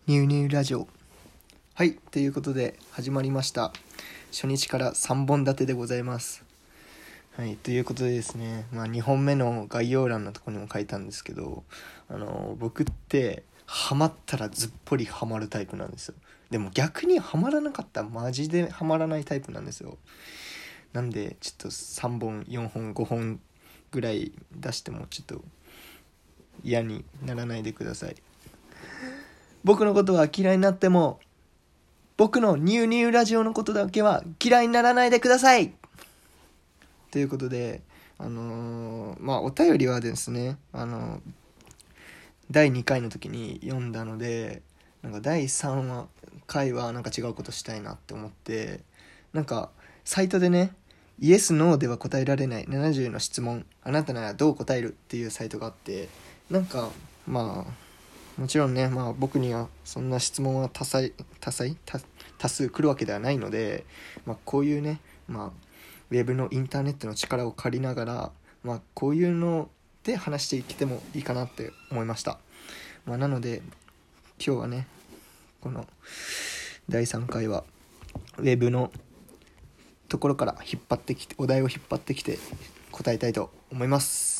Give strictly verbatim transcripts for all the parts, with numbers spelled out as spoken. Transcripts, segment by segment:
ニューニューラジオ。はい、ということで始まりました。初日からさんぼん立てでございます。はい、ということでですね、まあにほんめの概要欄のところにも書いたんですけど、あの僕ってハマったらずっぽりハマるタイプなんですよ。でも逆にハマらなかったらマジでハマらないタイプなんですよ。なんでちょっとさんぼんよんほんごほんぐらい出してもちょっと嫌にならないでください。僕のことは嫌いになっても僕のニューニューラジオのことだけは嫌いにならないでくださいということで、あのー、まあお便りはですね、あのー、だいにかいの時に読んだので、なんかだいさんかいはなんか違うことしたいなって思って、なんかサイトでね、イエスノーでは答えられないななじゅうの質問、あなたならどう答えるっていうサイトがあって、なんかまあもちろんね、まあ僕にはそんな質問は多彩多彩多多数来るわけではないので、まあこういうね、まあウェブのインターネットの力を借りながら、まあこういうので話していけてもいいかなって思いました。まあなので今日はね、このだいさんかいはウェブのところから引っ張ってきて、お題を引っ張ってきて答えたいと思います。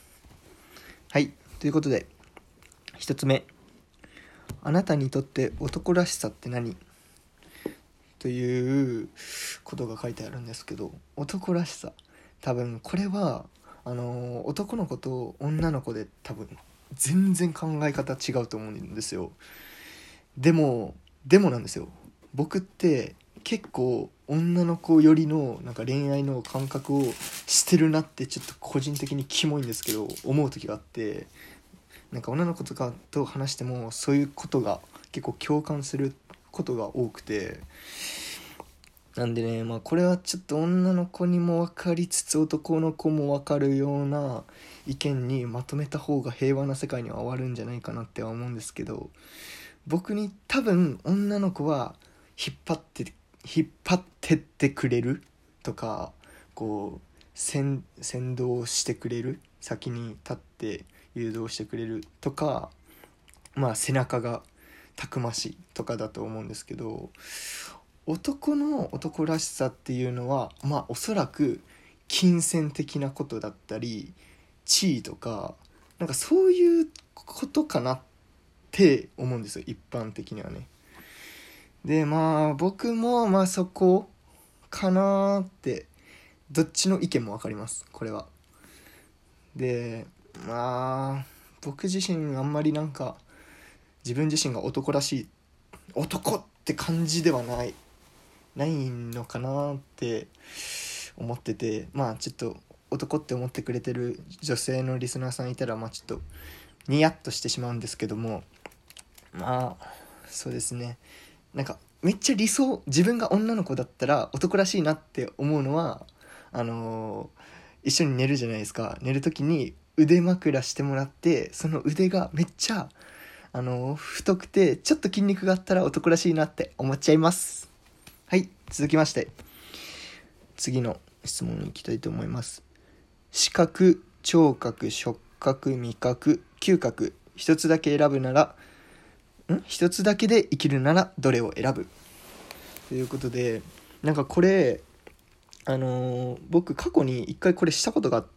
はい、ということでひとつめ、あなたにとって男らしさって何？ということが書いてあるんですけど、男らしさ、多分これはあの男の子と女の子で多分全然考え方違うと思うんですよ。でもでもなんですよ、僕って結構女の子寄りのなんか恋愛の感覚をしてるなってちょっと個人的にキモいんですけど思う時があって、なんか女の子とかと話してもそういうことが結構共感することが多くて、なんでね、まあこれはちょっと女の子にも分かりつつ男の子も分かるような意見にまとめた方が平和な世界には終わるんじゃないかなっては思うんですけど、僕に多分女の子は引っ張って引っ張ってってくれるとか、こう先先導してくれる、先に立って誘導してくれるとか、まあ背中がたくましいとかだと思うんですけど、男の男らしさっていうのはまあおそらく金銭的なことだったり地位とか、なんかそういうことかなって思うんですよ、一般的にはね。でまあ僕もまあそこかなって、どっちの意見も分かります、これは。でまあ僕自身あんまりなんか自分自身が男らしい男って感じではないないのかなって思ってて、まあちょっと男って思ってくれてる女性のリスナーさんいたらまあちょっとニヤッとしてしまうんですけども、まあそうですね、なんかめっちゃ理想、自分が女の子だったら男らしいなって思うのは、あのー、一緒に寝るじゃないですか。寝る時に腕枕してもらって、その腕がめっちゃあのー、太くてちょっと筋肉があったら男らしいなって思っちゃいます。はい、続きまして次の質問に行きたいと思います。視覚、聴覚、触覚、味覚、嗅覚、一つだけ選ぶならん一つだけで生きるならどれを選ぶということで、なんかこれあのー、僕過去に一回これしたことがあって、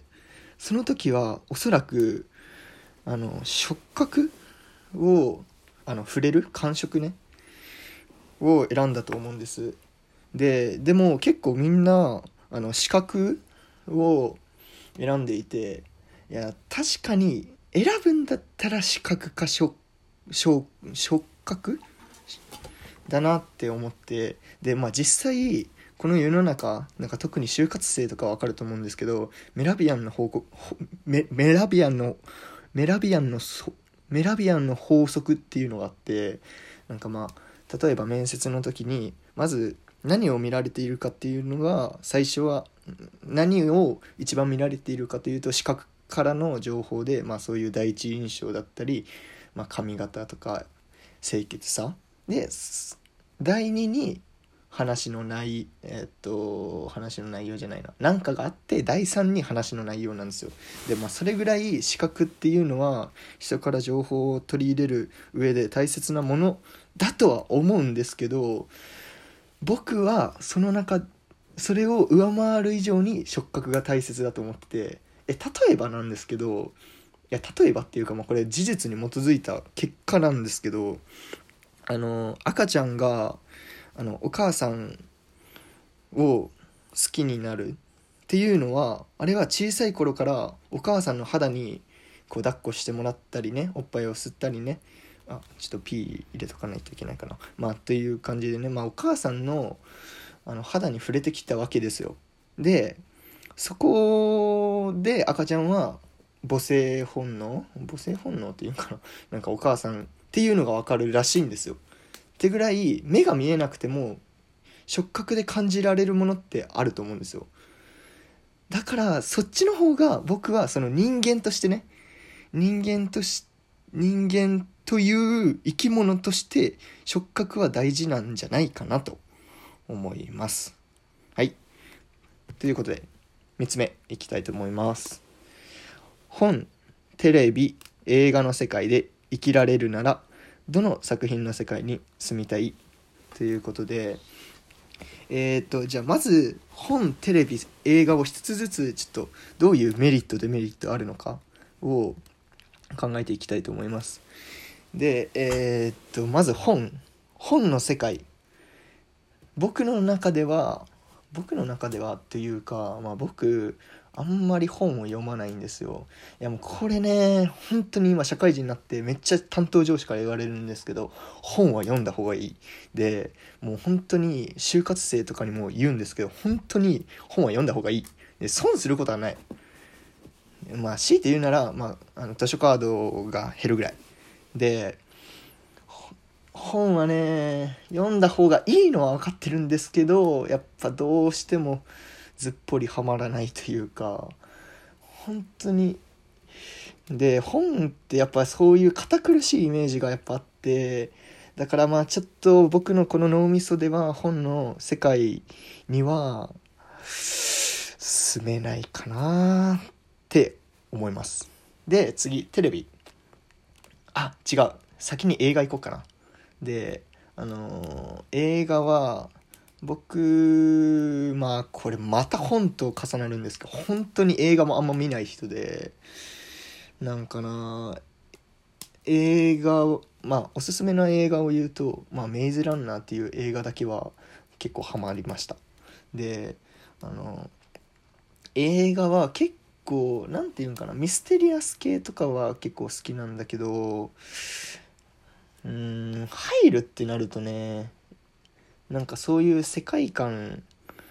その時はおそらくあの触覚をあの触れる感触ねを選んだと思うんです。ででも結構みんなあの視覚を選んでいて、いや確かに選ぶんだったら視覚か触触触覚だなって思って、でまあ実際この世の中、なんか特に就活生とか分かると思うんですけど、メラビアンの報告メメラビアンのメラビアンのメラビアンの法則っていうのがあって、なんかまあ例えば面接の時にまず何を見られているかっていうのが、最初は何を一番見られているかというと視覚からの情報で、まあそういう第一印象だったり、まあ、髪型とか清潔さで、だいにに話のないえーっと話の内容じゃないななんかがあってだいさんに話の内容なんですよ。でまあそれぐらい視覚っていうのは人から情報を取り入れる上で大切なものだとは思うんですけど、僕はその中それを上回る以上に触覚が大切だと思ってて、え例えばなんですけど、いや例えばっていうか、まあこれ事実に基づいた結果なんですけど、あの赤ちゃんがあのお母さんを好きになるっていうのは、あれは小さい頃からお母さんの肌にこう抱っこしてもらったりね、おっぱいを吸ったりね、あちょっと P 入れとかないといけないかな、まあという感じでね、まあお母さんのあの肌に触れてきたわけですよ。でそこで赤ちゃんは母性本能母性本能っていうかな、なんかお母さんっていうのが分かるらしいんですよ。ってぐらい目が見えなくても触覚で感じられるものってあると思うんですよ。だからそっちの方が僕はその人間としてね、人間とし人間という生き物として触覚は大事なんじゃないかなと思います。はい、ということでみっつめいきたいと思います。本、テレビ、映画の世界で生きられるならどの作品の世界に住みたいということで、えーとじゃあまず本、テレビ、映画を一つずつちょっとどういうメリットデメリットあるのかを考えていきたいと思います。でえーとまず本本の世界、僕の中では僕の中ではっていうか、まあ、僕あんまり本を読まないんですよ。いやもうこれね、本当に今社会人になってめっちゃ担当上司から言われるんですけど、本は読んだ方がいい。でもう本当に就活生とかにも言うんですけど、本当に本は読んだ方がいい。で損することはない。まあ強いて言うなら、まあ、あの図書カードが減るぐらいで、本はね読んだ方がいいのは分かってるんですけど、やっぱどうしてもずっぽりはまらないというか、本当に。で本ってやっぱそういう堅苦しいイメージがやっぱあって、だからまあちょっと僕のこの脳みそでは本の世界には住めないかなって思います。で次テレビ、あ違う先に映画行こうかな。であのー、映画は僕まあこれまた本と重なるんですけど、本当に映画もあんま見ない人で、なんかな映画をまあおすすめの映画を言うと、まあ、メイズランナーっていう映画だけは結構ハマりました。であの映画は結構なんていうんかな、ミステリアス系とかは結構好きなんだけど、うーん入るってなるとね、なんかそういう世界観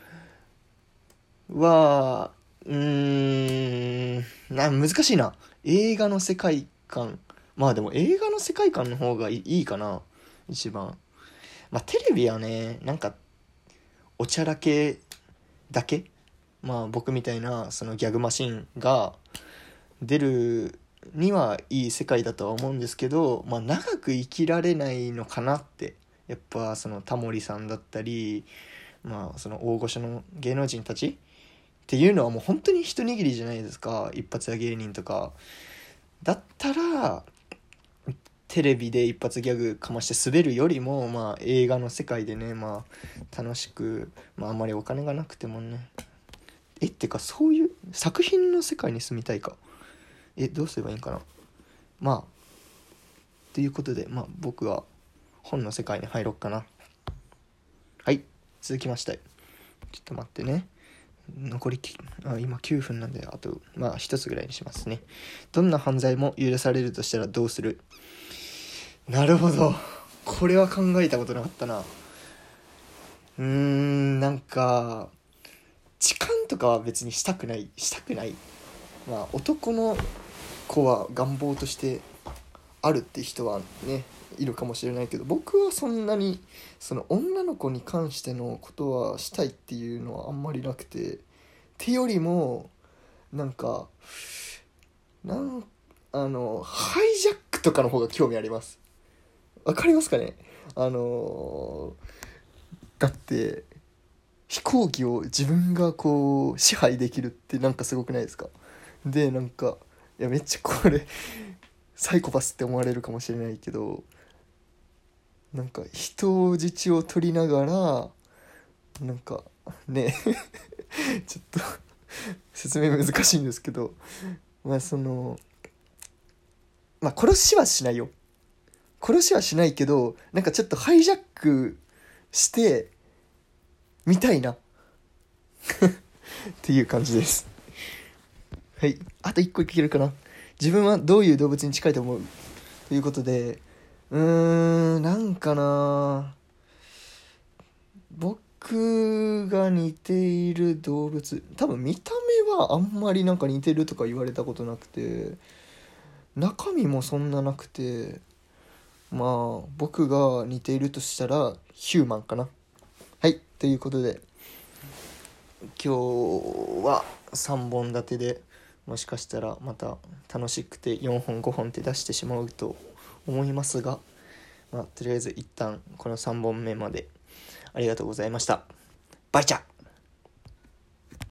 はうーんな難しいな。映画の世界観、まあでも映画の世界観の方がいいかな一番。まあテレビはねなんかおちゃらけだけ、まあ僕みたいなそのギャグマシンが出るにはいい世界だとは思うんですけど、まあ長く生きられないのかなって。やっぱそのタモリさんだったり、まあその大御所の芸能人たちっていうのはもう本当に一握りじゃないですか、一発屋芸人とかだったらテレビで一発ギャグかまして滑るよりも、まあ映画の世界でね、まあ楽しく、まああんまりお金がなくてもね、えってかそういう作品の世界に住みたいか、えどうすればいいんかな。まあということで、まあ僕は本の世界に入ろっかな。はい、続きまして、ちょっと待ってね、残りあ今きゅうふんなんで、あとまあ一つぐらいにしますね。どんな犯罪も許されるとしたらどうする。なるほど、これは考えたことなかったな。うーんなんか痴漢とかは別にしたくないしたくないまあ男の子は願望としてあるって人はねいるかもしれないけど、僕はそんなにその女の子に関してのことはしたいっていうのはあんまりなくて、ってよりもなんかなんあのハイジャックとかの方が興味あります。わかりますかね。あのだって飛行機を自分がこう支配できるってなんかすごくないですか。でなんかいやめっちゃこれサイコパスって思われるかもしれないけど、なんか人質を取りながらなんかねちょっと説明難しいんですけど、まあそのまあ殺しはしないよ、殺しはしないけどなんかちょっとハイジャックしてみたいなっていう感じです。はい、あと一個いけるかな。自分はどういう動物に近いと思うということで、うーんなんかな、僕が似ている動物、多分見た目はあんまりなんか似てるとか言われたことなくて、中身もそんななくて、まあ僕が似ているとしたらヒューマンかな。はい、ということで今日はさんぼん立てで、もしかしたらまた楽しくてよんほんごほんって出してしまうと思いますが、まあ、とりあえず一旦このさんぼんめまでありがとうございました。バイチャ。